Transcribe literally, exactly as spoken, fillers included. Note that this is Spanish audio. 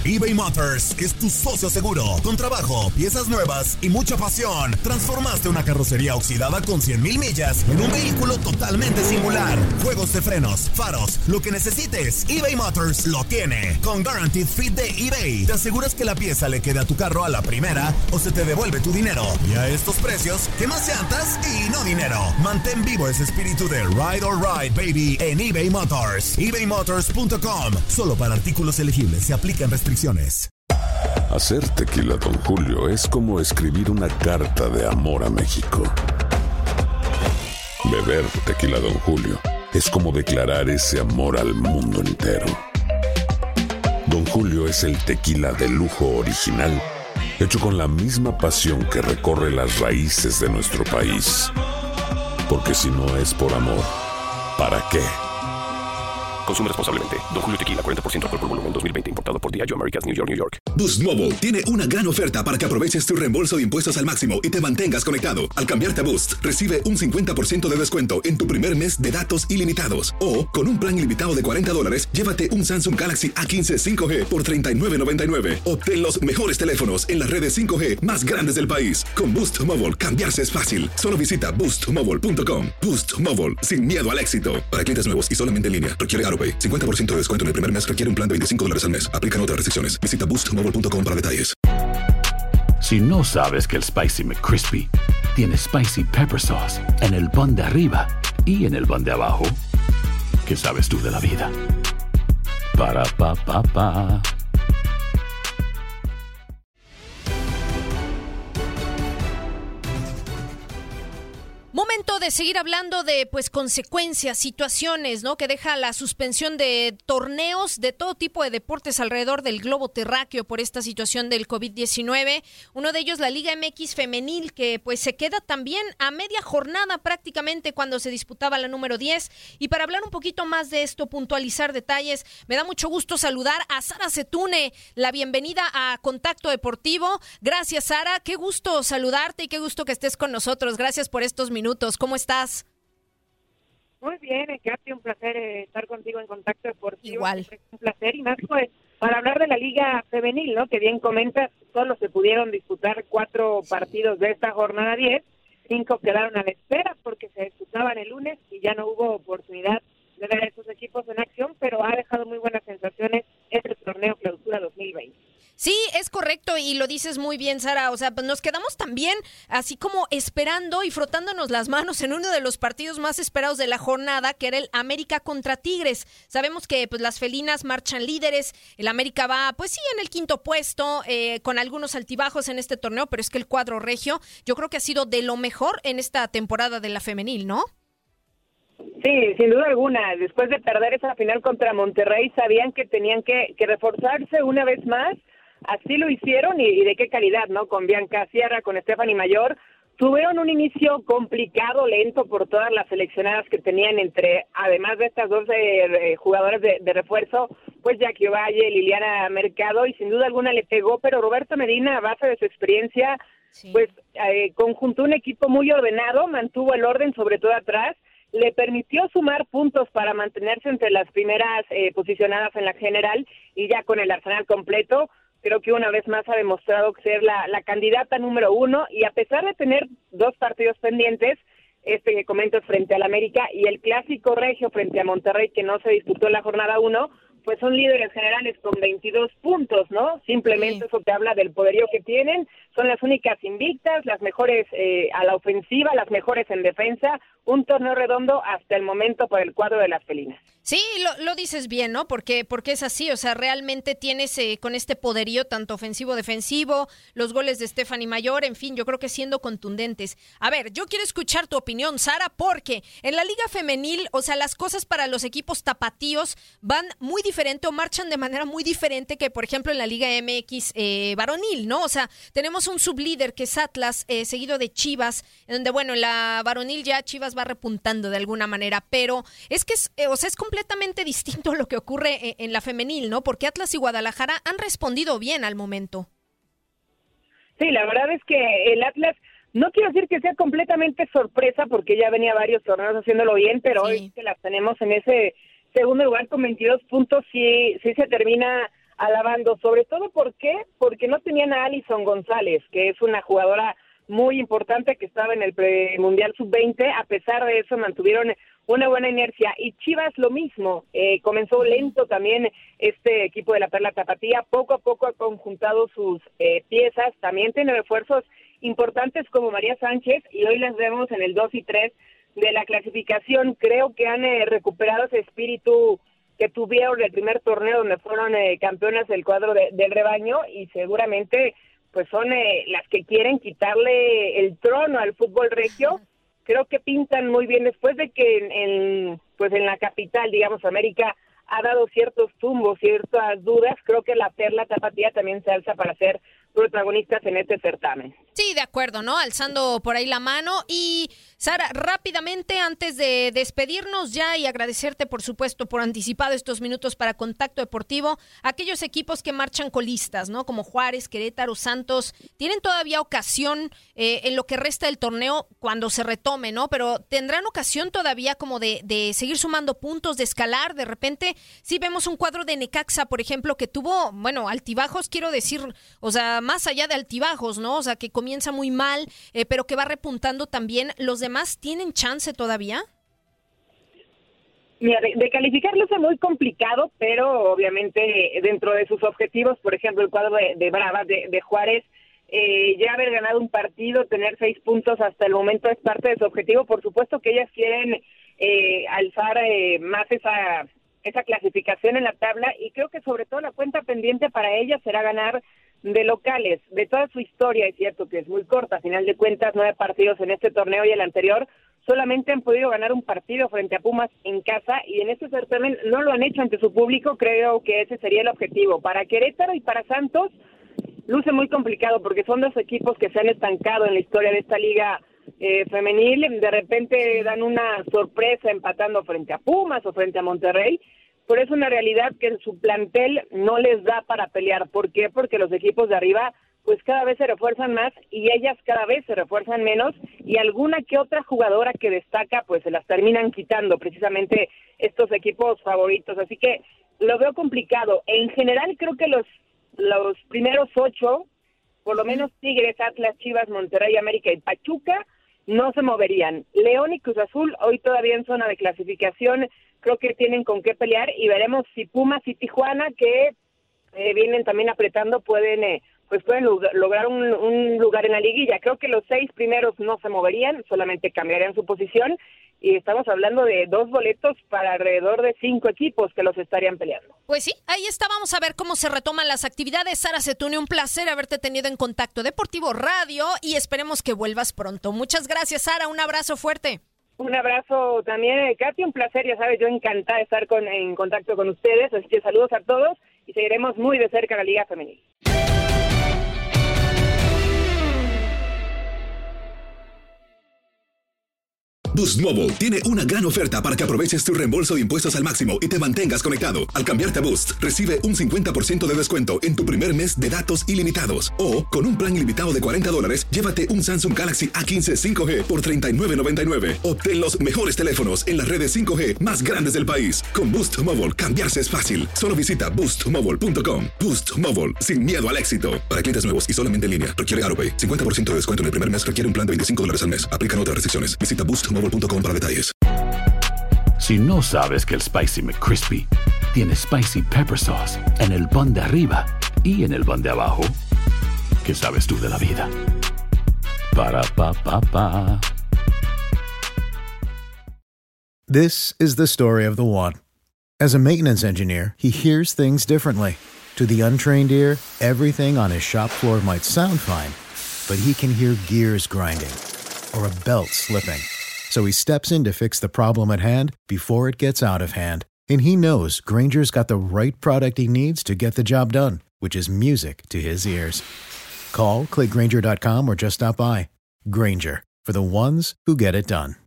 eBay Motors es tu socio seguro. Con trabajo, piezas nuevas y mucha pasión, transformaste una carrocería oxidada con cien mil millas en un vehículo totalmente singular. Juegos de frenos, faros, lo que necesites, eBay Motors lo tiene. Con Guaranteed Fit de eBay, te aseguras que la pieza le quede a tu carro a la primera o se te devuelve tu dinero. Y a estos precios, ¿qué más llantas y no dinero? Mantén vivo ese espíritu de Ride or Ride, baby, en eBay Motors. ebay motors punto com. Solo para artículos elegibles se aplican restricciones. Hacer tequila Don Julio es como escribir una carta de amor a México. Beber tequila Don Julio es como declarar ese amor al mundo entero. Don Julio es el tequila de lujo original, hecho con la misma pasión que recorre las raíces de nuestro país. Porque si no es por amor, ¿para qué? Consume responsablemente. Don Julio Tequila, cuarenta por ciento alcohol por volumen, dos mil veinte. Importado por Diageo Americas, New York, New York. Boost Mobile tiene una gran oferta para que aproveches tu reembolso de impuestos al máximo y te mantengas conectado. Al cambiarte a Boost, recibe un cincuenta por ciento de descuento en tu primer mes de datos ilimitados. O, con un plan ilimitado de cuarenta dólares, llévate un Samsung Galaxy A quince cinco G por treinta y nueve noventa y nueve. Obtén los mejores teléfonos en las redes cinco G más grandes del país. Con Boost Mobile, cambiarse es fácil. Solo visita boost mobile punto com. Boost Mobile, sin miedo al éxito. Para clientes nuevos y solamente en línea, requiere AutoPay. cincuenta por ciento de descuento en el primer mes requiere un plan de veinticinco dólares al mes. Aplican otras restricciones. Visita boost mobile punto com para detalles. Si no sabes que el Spicy McCrispy tiene Spicy Pepper Sauce en el pan de arriba y en el pan de abajo, ¿qué sabes tú de la vida? Para, pa, pa, pa. Momento de seguir hablando de pues consecuencias, situaciones, ¿no? Que deja la suspensión de torneos de todo tipo de deportes alrededor del globo terráqueo por esta situación del covid diecinueve. Uno de ellos, la Liga M X femenil, que pues se queda también a media jornada prácticamente cuando se disputaba la número diez. Y para hablar un poquito más de esto, puntualizar detalles, me da mucho gusto saludar a Sara Setune, la bienvenida a Contacto Deportivo. Gracias, Sara, qué gusto saludarte y qué gusto que estés con nosotros. Gracias por estos minutos. ¿Cómo estás? Muy bien, Katy, un placer eh, estar contigo en Contacto Deportivo. Igual. Un placer, y más pues para hablar de la Liga Femenil, ¿no? Que bien comentas, solo se pudieron disputar cuatro partidos de esta jornada diez, cinco quedaron a la espera porque se disputaban el lunes y ya no hubo oportunidad de ver a esos equipos en acción, pero ha dejado muy buenas sensaciones este torneo Clausura dos mil veinte. Sí, es correcto y lo dices muy bien, Sara. O sea, pues nos quedamos también así como esperando y frotándonos las manos en uno de los partidos más esperados de la jornada, que era el América contra Tigres. Sabemos que pues las felinas marchan líderes, el América va, pues sí, en el quinto puesto, eh, con algunos altibajos en este torneo, pero es que el cuadro regio yo creo que ha sido de lo mejor en esta temporada de la femenil, ¿no? Sí, sin duda alguna. Después de perder esa final contra Monterrey, sabían que tenían que, que reforzarse una vez más. Así lo hicieron y, y de qué calidad, ¿no? Con Bianca Sierra, con Stephanie Mayor. Tuvieron un inicio complicado, lento por todas las seleccionadas que tenían entre, además de estas dos eh, jugadoras de, de refuerzo, pues Jackie Ovalle, Liliana Mercado, y sin duda alguna le pegó, pero Roberto Medina, a base de su experiencia, sí. pues eh, conjuntó un equipo muy ordenado, mantuvo el orden, sobre todo atrás, le permitió sumar puntos para mantenerse entre las primeras eh, posicionadas en la general, y ya con el arsenal completo, creo que una vez más ha demostrado ser la, la candidata número uno, y a pesar de tener dos partidos pendientes, este que comento frente al América y el clásico regio frente a Monterrey, que no se disputó en la jornada uno, pues son líderes generales con veintidós puntos, ¿no? Simplemente sí. Eso te habla del poderío que tienen, son las únicas invictas, las mejores eh, a la ofensiva, las mejores en defensa, un torneo redondo hasta el momento por el cuadro de las felinas. Sí, lo, lo dices bien, ¿no? Porque, porque es así, o sea, realmente tienes eh, con este poderío tanto ofensivo-defensivo, los goles de Stephanie Mayor, en fin, yo creo que siendo contundentes. A ver, yo quiero escuchar tu opinión, Sara, porque en la Liga Femenil, o sea, las cosas para los equipos tapatíos van muy diferente o marchan de manera muy diferente que, por ejemplo, en la Liga M X eh, varonil, ¿no? O sea, tenemos un sublíder que es Atlas, eh, seguido de Chivas, en donde, bueno, en la varonil ya Chivas va repuntando de alguna manera, pero es que, es, eh, o sea, es completamente distinto lo que ocurre en, en la femenil, ¿no? Porque Atlas y Guadalajara han respondido bien al momento. Sí, la verdad es que el Atlas, no quiero decir que sea completamente sorpresa, porque ya venía varios torneos haciéndolo bien, pero sí. Hoy que las tenemos en ese segundo lugar con veintidós puntos, sí, sí se termina alabando, sobre todo, ¿por qué? Porque no tenían a Alison González, que es una jugadora muy importante que estaba en el premundial sub veinte. A pesar de eso mantuvieron una buena inercia, y Chivas lo mismo, eh, comenzó lento también este equipo de la Perla Tapatía, poco a poco ha conjuntado sus eh, piezas, también tiene refuerzos importantes como María Sánchez, y hoy las vemos en el dos y tres de la clasificación. Creo que han eh, recuperado ese espíritu que tuvieron el primer torneo donde fueron eh, campeonas del cuadro de, del rebaño, y seguramente pues son eh, las que quieren quitarle el trono al fútbol regio. Creo que pintan muy bien después de que en, en pues en la capital, digamos, América ha dado ciertos tumbos, ciertas dudas. Creo que la Perla Tapatía también se alza para ser protagonistas en este certamen. Sí, de acuerdo, ¿no? Alzando por ahí la mano. Y Sara, rápidamente, antes de despedirnos ya y agradecerte, por supuesto, por anticipado estos minutos para Contacto Deportivo, aquellos equipos que marchan colistas, ¿no? Como Juárez, Querétaro, Santos, tienen todavía ocasión eh, en lo que resta del torneo cuando se retome, ¿no? Pero tendrán ocasión todavía como de, de seguir sumando puntos, de escalar. De repente, sí vemos un cuadro de Necaxa, por ejemplo, que tuvo, bueno, altibajos, quiero decir, o sea, más allá de altibajos, ¿no? O sea, que comienza muy mal, eh, pero que va repuntando también. ¿Los demás tienen chance todavía? Mira, de, de calificarlos es muy complicado, pero obviamente dentro de sus objetivos, por ejemplo, el cuadro de, de Bravas, de, de Juárez, eh, ya haber ganado un partido, tener seis puntos hasta el momento es parte de su objetivo. Por supuesto que ellas quieren eh, alzar eh, más esa, esa clasificación en la tabla, y creo que sobre todo la cuenta pendiente para ellas será ganar de locales. De toda su historia, es cierto que es muy corta, a final de cuentas, nueve partidos en este torneo y el anterior, solamente han podido ganar un partido frente a Pumas en casa, y en este certamen no lo han hecho ante su público. Creo que ese sería el objetivo. Para Querétaro y para Santos, luce muy complicado, porque son dos equipos que se han estancado en la historia de esta liga eh, femenil. De repente dan una sorpresa empatando frente a Pumas o frente a Monterrey, pero es una realidad que su plantel no les da para pelear. ¿Por qué? Porque los equipos de arriba pues cada vez se refuerzan más y ellas cada vez se refuerzan menos, y alguna que otra jugadora que destaca pues se las terminan quitando precisamente estos equipos favoritos. Así que lo veo complicado. En general creo que los, los primeros ocho, por lo menos Tigres, Atlas, Chivas, Monterrey, América y Pachuca, no se moverían. León y Cruz Azul hoy todavía en zona de clasificación, creo que tienen con qué pelear, y veremos si Pumas y Tijuana, que eh, vienen también apretando, pueden eh, pues pueden lograr un, un lugar en la liguilla. Creo que los seis primeros no se moverían, solamente cambiarían su posición, y estamos hablando de dos boletos para alrededor de cinco equipos que los estarían peleando. Pues sí, ahí está, vamos a ver cómo se retoman las actividades. Sara Setune, un placer haberte tenido en Contacto Deportivo Radio, y esperemos que vuelvas pronto. Muchas gracias, Sara, un abrazo fuerte. Un abrazo también, Katy, un placer, ya sabes, yo encantada de estar con, en contacto con ustedes, así que saludos a todos, y seguiremos muy de cerca la Liga Femenil. Boost Mobile tiene una gran oferta para que aproveches tu reembolso de impuestos al máximo y te mantengas conectado. Al cambiarte a Boost, recibe un cincuenta por ciento de descuento en tu primer mes de datos ilimitados. O, con un plan ilimitado de cuarenta dólares, llévate un Samsung Galaxy A quince cinco G por treinta y nueve noventa y nueve. Obtén los mejores teléfonos en las redes cinco G más grandes del país. Con Boost Mobile, cambiarse es fácil. Solo visita boost mobile punto com. Boost Mobile, sin miedo al éxito. Para clientes nuevos y solamente en línea, requiere AutoPay. cincuenta por ciento de descuento en el primer mes, requiere un plan de veinticinco dólares al mes. Aplican otras restricciones. Visita boost mobile punto com para detalles. Si no sabes que el Spicy McCrispy tiene Spicy Pepper Sauce en el pan de arriba y en el pan de abajo, ¿qué sabes tú de la vida? Para, pa, pa, pa. This is the story of the one. As a maintenance engineer, he hears things differently. To the untrained ear, everything on his shop floor might sound fine, but he can hear gears grinding or a belt slipping. So he steps in to fix the problem at hand before it gets out of hand. And he knows Grainger's got the right product he needs to get the job done, which is music to his ears. Call, click Grainger dot com, or just stop by. Grainger, for the ones who get it done.